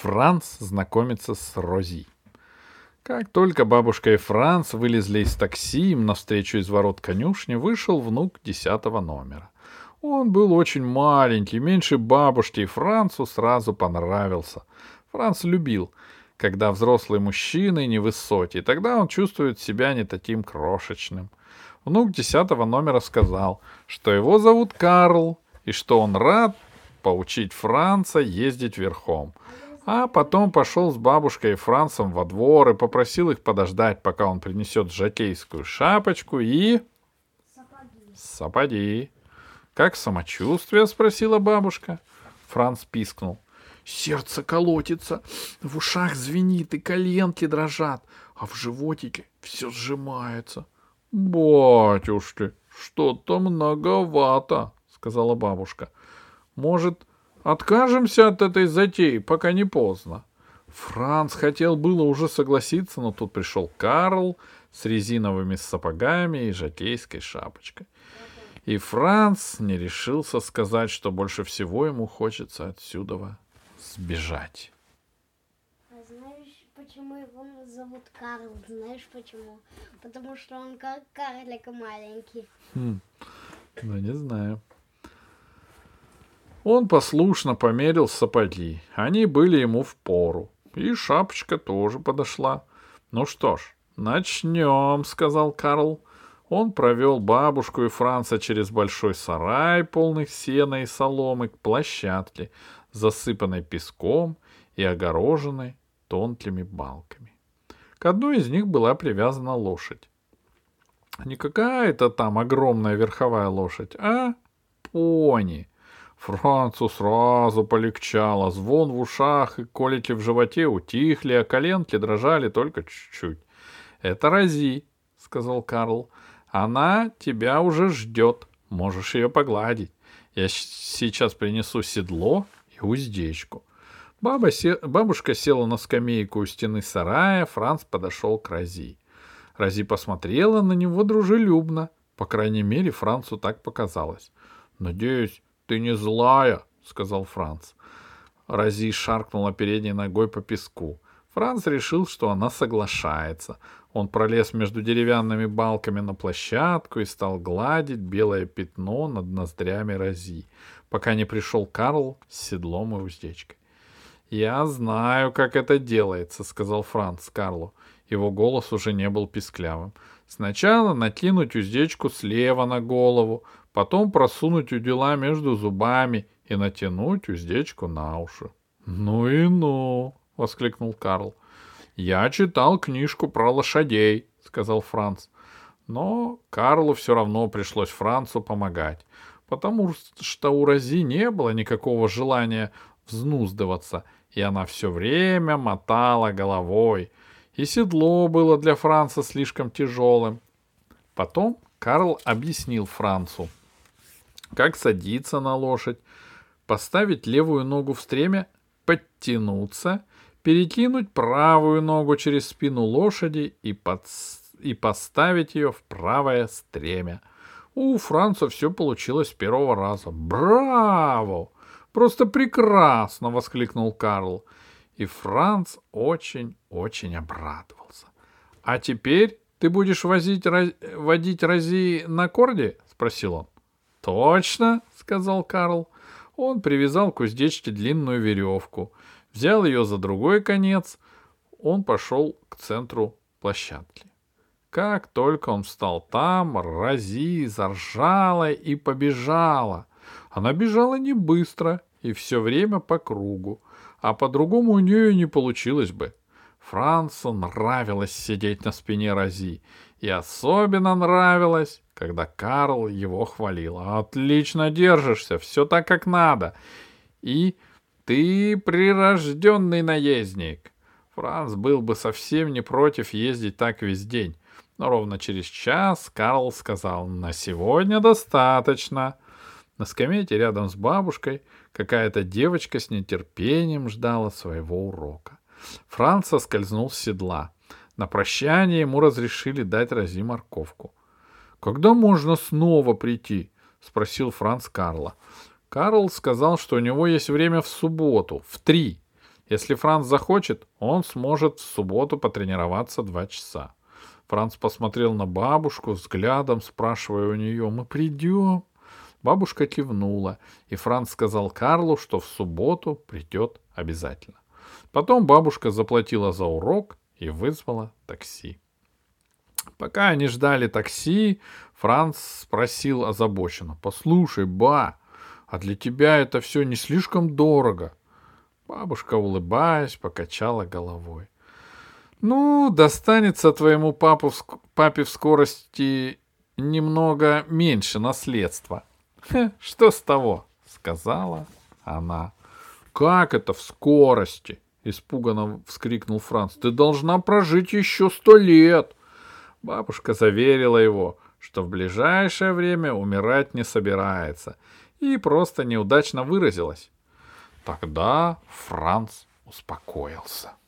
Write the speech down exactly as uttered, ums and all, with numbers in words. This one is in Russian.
Франц знакомится с Рози. Как только бабушка и Франц вылезли из такси, им навстречу из ворот конюшни вышел внук десятого номера. Он был очень маленький, меньше бабушки, и Францу сразу понравился. Франц любил, когда взрослый мужчина невысокий, тогда он чувствует себя не таким крошечным. Внук десятого номера сказал, что его зовут Карл, и что он рад поучить Франца ездить верхом. А потом пошел с бабушкой и Францем во двор и попросил их подождать, пока он принесет жокейскую шапочку и... Сапоги. Сапоги. «Как самочувствие?» — спросила бабушка. Франц пискнул. «Сердце колотится, в ушах звенит и коленки дрожат, а в животике все сжимается». «Батюшки, что-то многовато», — сказала бабушка. «Может, откажемся от этой затеи, пока не поздно?» Франц хотел было уже согласиться, но тут пришел Карл с резиновыми сапогами и жокейской шапочкой. И Франц не решился сказать, что больше всего ему хочется отсюда сбежать. А знаешь, почему его зовут Карл? Знаешь почему? Потому что он как карлик маленький. Хм, ну, не знаю. Он послушно померил сапоги. Они были ему впору. И шапочка тоже подошла. «Ну что ж, начнем», — сказал Карл. Он провел бабушку и Франца через большой сарай, полный сена и соломы, к площадке, засыпанной песком и огороженной тонкими балками. К одной из них была привязана лошадь. Не какая-то там огромная верховая лошадь, а пони. Францу сразу полегчало, звон в ушах и колики в животе утихли, а коленки дрожали только чуть-чуть. — Это Рози, — сказал Карл. — Она тебя уже ждет, можешь ее погладить. Я сейчас принесу седло и уздечку. Баба се... Бабушка села на скамейку у стены сарая, Франц подошел к Рози. Рози посмотрела на него дружелюбно, по крайней мере, Францу так показалось. — Надеюсь, ты не злая, — сказал Франц. Рози шаркнула передней ногой по песку. Франц решил, что она соглашается. Он пролез между деревянными балками на площадку и стал гладить белое пятно над ноздрями Рози, пока не пришел Карл с седлом и уздечкой. — Я знаю, как это делается, — сказал Франц Карлу. Его голос уже не был писклявым. — Сначала накинуть уздечку слева на голову, потом просунуть удила между зубами и натянуть уздечку на уши. — Ну и ну! — воскликнул Карл. — Я читал книжку про лошадей, — сказал Франц. Но Карлу все равно пришлось Францу помогать, потому что у Рози не было никакого желания взнуздываться, и она все время мотала головой, и седло было для Франца слишком тяжелым. Потом Карл объяснил Францу, как садиться на лошадь, поставить левую ногу в стремя, подтянуться, перекинуть правую ногу через спину лошади и, под... и поставить ее в правое стремя. У Франца все получилось с первого раза. «Браво! Просто прекрасно!» — воскликнул Карл. И Франц очень-очень обрадовался. — А теперь ты будешь возить, водить Рози на корде? — спросил он. — Точно, — сказал Карл. Он привязал к уздечке длинную веревку, взял ее за другой конец. Он пошел к центру площадки. Как только он встал там, Рози заржала и побежала. Она бежала не быстро и все время по кругу, а по-другому у нее не получилось бы. Францу нравилось сидеть на спине Рози, и особенно нравилось, когда Карл его хвалил. «Отлично держишься, все так, как надо. И ты прирожденный наездник». Франц был бы совсем не против ездить так весь день. Но ровно через час Карл сказал: «На сегодня достаточно». На скамейке рядом с бабушкой какая-то девочка с нетерпением ждала своего урока. Франц соскользнул с седла. На прощание ему разрешили дать Рози морковку. — Когда можно снова прийти? — спросил Франц Карла. Карл сказал, что у него есть время в субботу, в три. Если Франц захочет, он сможет в субботу потренироваться два часа. Франц посмотрел на бабушку взглядом, спрашивая у нее: «Мы придем?» Бабушка кивнула, и Франц сказал Карлу, что в субботу придет обязательно. Потом бабушка заплатила за урок и вызвала такси. Пока они ждали такси, Франц спросил озабоченно: «Послушай, ба, а для тебя это все не слишком дорого?» Бабушка, улыбаясь, покачала головой. «Ну, достанется твоему папу, папе в скорости немного меньше наследства». «Что с того?» — сказала она. «Как это в скорости?» — испуганно вскрикнул Франц. «Ты должна прожить еще сто лет!» Бабушка заверила его, что в ближайшее время умирать не собирается, и просто неудачно выразилась. Тогда Франц успокоился.